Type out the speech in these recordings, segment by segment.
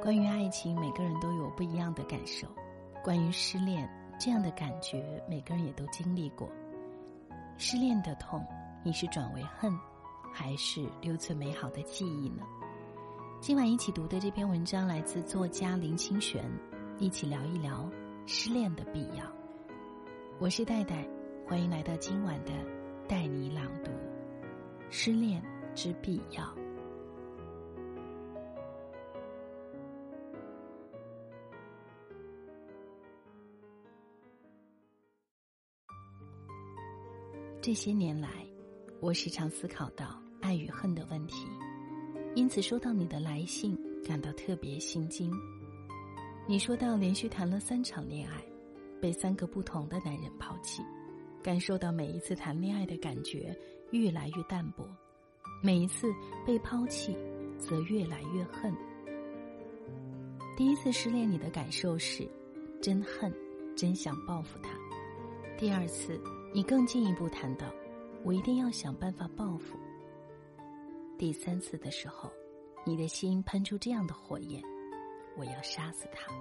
关于爱情，每个人都有不一样的感受。关于失恋，这样的感觉每个人也都经历过。失恋的痛，你是转为恨，还是留存美好的记忆呢？今晚一起读的这篇文章来自作家林清玄，一起聊一聊失恋的必要。我是戴戴，欢迎来到今晚的带你朗读失恋之必要。这些年来，我时常思考到爱与恨的问题，因此收到你的来信感到特别心惊。你说到连续谈了3场恋爱，被3个不同的男人抛弃，感受到每一次谈恋爱的感觉越来越淡薄，每一次被抛弃则越来越恨。第一次失恋你的感受是真恨，真想报复他。第二次你更进一步谈到我一定要想办法报复。第3次的时候，你的心喷出这样的火焰，我要杀死他。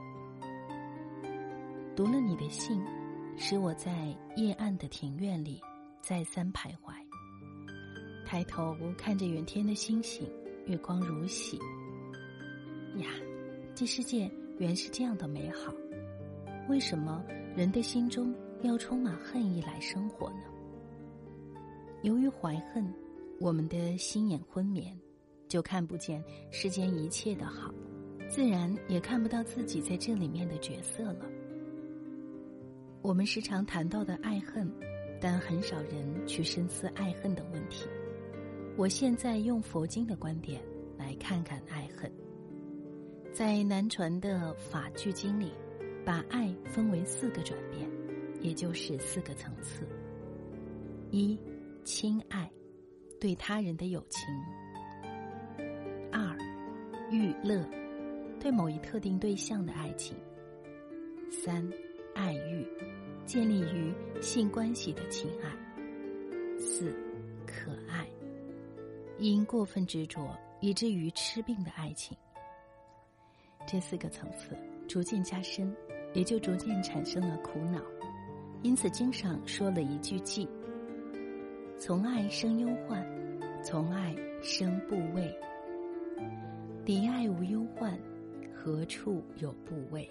读了你的信，使我在夜暗的庭院里再三徘徊，抬头看着远天的星星，月光如洗。呀，这世界原是这样的美好，为什么人的心中要充满恨意来生活呢？由于怀恨，我们的心眼昏眠，就看不见世间一切的好，自然也看不到自己在这里面的角色了。我们时常谈到的爱恨，但很少人去深思爱恨的问题。我现在用佛经的观点来看看爱恨。在南传的法句经里，把爱分为4个转变，也就是4个层次。1. 亲爱，对他人的友情。2. 欲乐，对某一特定对象的爱情。3. 爱欲，建立于性关系的情爱。4. 可爱，因过分执着以至于痴病的爱情。这4个层次逐渐加深，也就逐渐产生了苦恼。因此经上说了一句偈：从爱生忧患，从爱生怖畏。敌爱无忧患，何处有怖畏？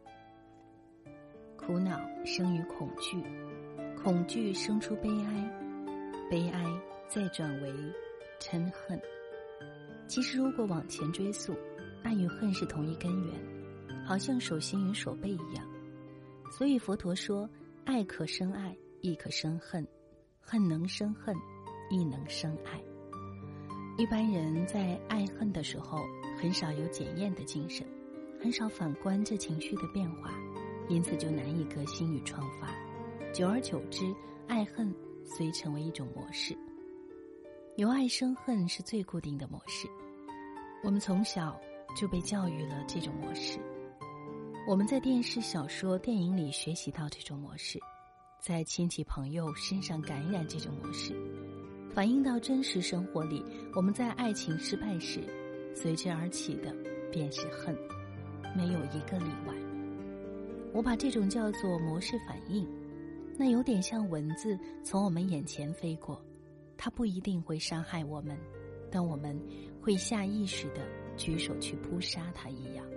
苦恼生于恐惧，恐惧生出悲哀，悲哀再转为嗔恨。其实如果往前追溯，爱与恨是同一根源，好像手心与手背一样。所以佛陀说，爱可生爱，亦可生恨，恨能生恨，亦能生爱。一般人在爱恨的时候很少有检验的精神，很少反观这情绪的变化，因此就难以革新与创发。久而久之，爱恨虽成为一种模式。由爱生恨是最固定的模式，我们从小就被教育了这种模式。我们在电视、小说、电影里学习到这种模式，在亲戚朋友身上感染这种模式，反映到真实生活里，我们在爱情失败时随之而起的便是恨，没有一个例外。我把这种叫做模式反应，那有点像蚊子从我们眼前飞过，它不一定会伤害我们，但我们会下意识地举手去扑杀它一样。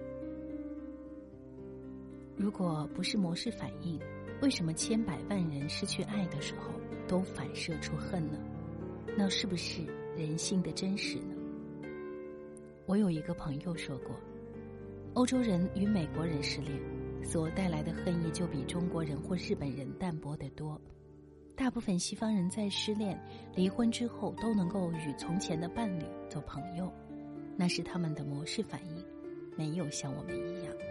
如果不是模式反应，为什么千百万人失去爱的时候都反射出恨呢？那是不是人性的真实呢？我有一个朋友说过，欧洲人与美国人失恋所带来的恨意就比中国人或日本人淡薄得多。大部分西方人在失恋、离婚之后都能够与从前的伴侣做朋友，那是他们的模式反应，没有像我们一样。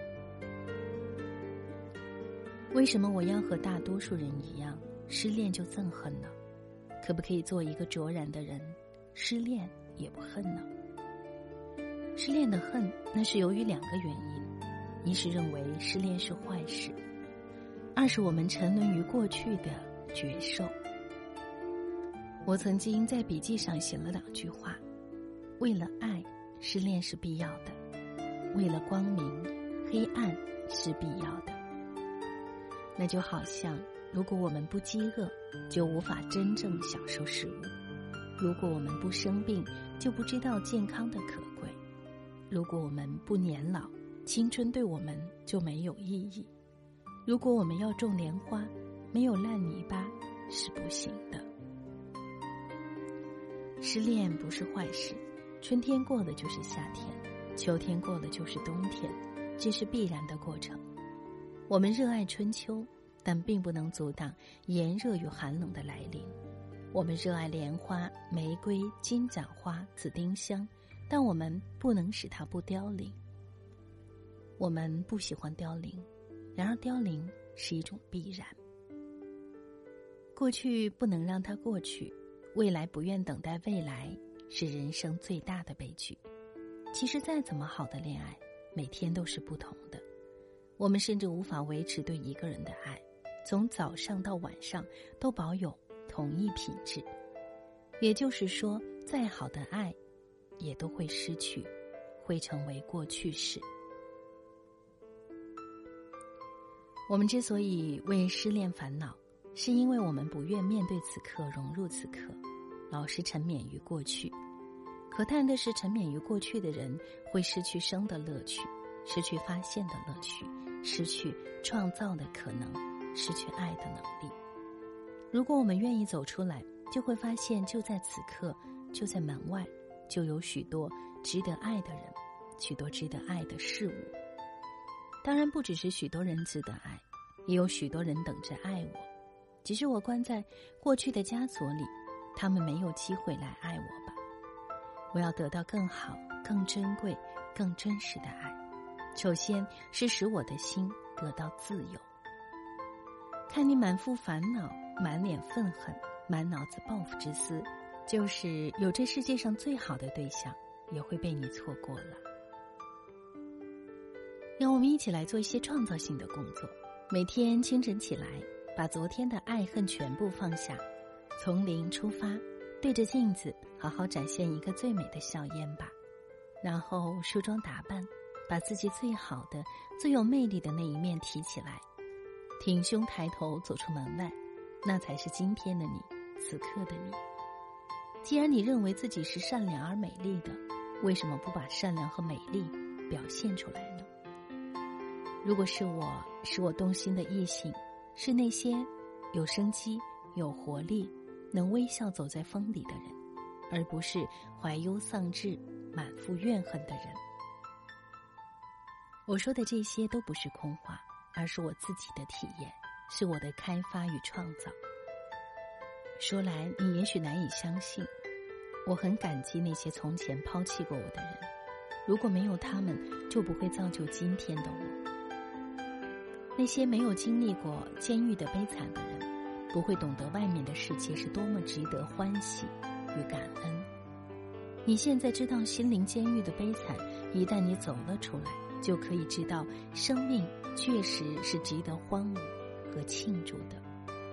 为什么我要和大多数人一样，失恋就憎恨呢？可不可以做一个卓然的人，失恋也不恨呢？失恋的恨，那是由于2个原因：一是认为失恋是坏事，二是我们沉沦于过去的绝受。我曾经在笔记上写了2句话：为了爱，失恋是必要的； 为了光明，黑暗是必要的。那就好像，如果我们不饥饿，就无法真正享受食物；如果我们不生病，就不知道健康的可贵；如果我们不年老，青春对我们就没有意义；如果我们要种莲花，没有烂泥巴是不行的。失恋不是坏事，春天过了就是夏天，秋天过了就是冬天，这是必然的过程。我们热爱春秋，但并不能阻挡炎热与寒冷的来临。我们热爱莲花、玫瑰、金盏花、紫丁香，但我们不能使它不凋零。我们不喜欢凋零，然而凋零是一种必然。过去不能让它过去，未来不愿等待未来，是人生最大的悲剧。其实再怎么好的恋爱，每天都是不同的。我们甚至无法维持对一个人的爱，从早上到晚上都保有同一品质。也就是说，再好的爱也都会失去，会成为过去式。我们之所以为失恋烦恼，是因为我们不愿面对此刻，融入此刻，老是沉湎于过去。可叹的是，沉湎于过去的人会失去生的乐趣，失去发现的乐趣，失去创造的可能，失去爱的能力。如果我们愿意走出来，就会发现就在此刻，就在门外，就有许多值得爱的人，许多值得爱的事物。当然不只是许多人值得爱，也有许多人等着爱我，只是我关在过去的枷锁里，他们没有机会来爱我吧。我要得到更好、更珍贵、更真实的爱，首先是使我的心得到自由。看你满腹烦恼，满脸愤恨，满脑子报复之思，就是有这世界上最好的对象也会被你错过了。让我们一起来做一些创造性的工作，每天清晨起来，把昨天的爱恨全部放下，从零出发，对着镜子好好展现一个最美的笑颜吧。然后梳妆打扮，把自己最好的、最有魅力的那一面提起来，挺胸抬头走出门外，那才是今天的你，此刻的你。既然你认为自己是善良而美丽的，为什么不把善良和美丽表现出来呢？如果是我动心的异性，是那些有生机、有活力、能微笑走在风里的人，而不是怀忧丧志、满腹怨恨的人。我说的这些都不是空话，而是我自己的体验，是我的开发与创造。说来你也许难以相信，我很感激那些从前抛弃过我的人，如果没有他们，就不会造就今天的我。那些没有经历过监狱的悲惨的人，不会懂得外面的世界是多么值得欢喜与感恩。你现在知道心灵监狱的悲惨，一旦你走了出来，就可以知道生命确实是值得欢舞和庆祝的。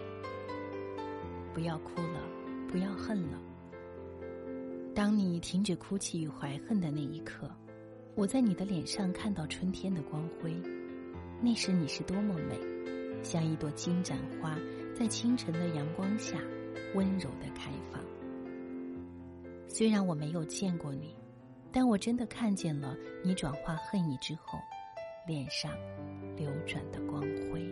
不要哭了，不要恨了。当你停止哭泣与怀恨的那一刻，我在你的脸上看到春天的光辉。那时你是多么美，像一朵金盏花，在清晨的阳光下温柔地开放。虽然我没有见过你，但我真的看见了你转化恨意之后脸上流转的光辉。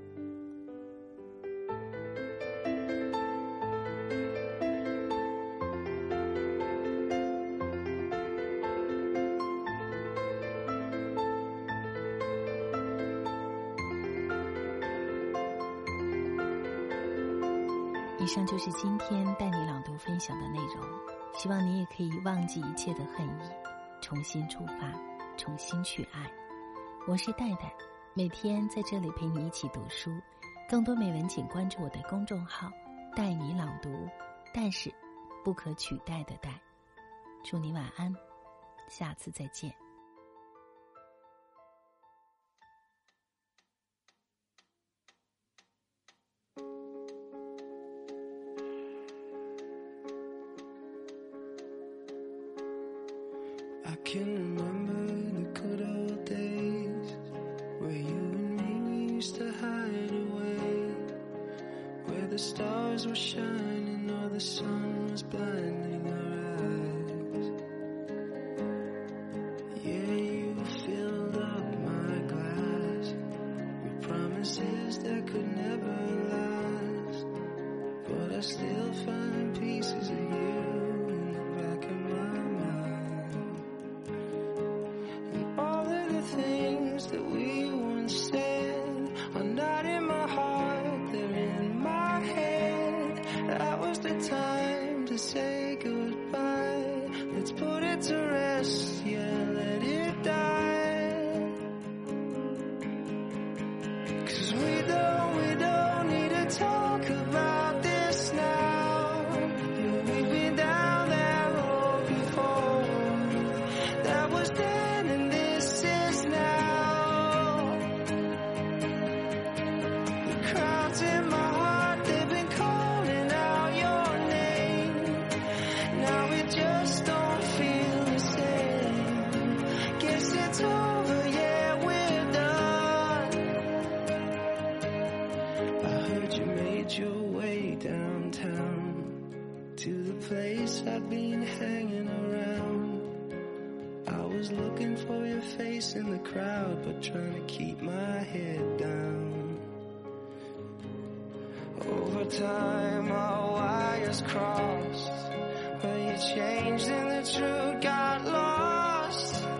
以上就是今天带你朗读分享的内容，希望你也可以忘记一切的恨意，重新出发，重新去爱。我是戴戴，每天在这里陪你一起读书，更多美文请关注我的公众号带你朗读，戴是不可取代的戴。祝你晚安，下次再见。 I can remember the good old stars were shining or the sun was blinding our eyes. Yeah, you filled up my glass with promises that could never last, but I still find pieces of you in the back of my mind. And all of the things that we once said are not in my heart, they're in my head. That was the time to say goodbye. Let's put it to rest, yeah, let it die. 'Cause we don't need to talk about this now. Yeah, we've been down that road before. That was then and this is now. The crowds in my heart, they've been calling out your name. Now it just don't feel the same. Guess it's over, yeah, we're done. I heard you made your way downtown to the place I'd been hanging around. I was looking for your face in the crowd, but trying to keep my head down. Over time our wires crossed, but you changed and the truth got lost.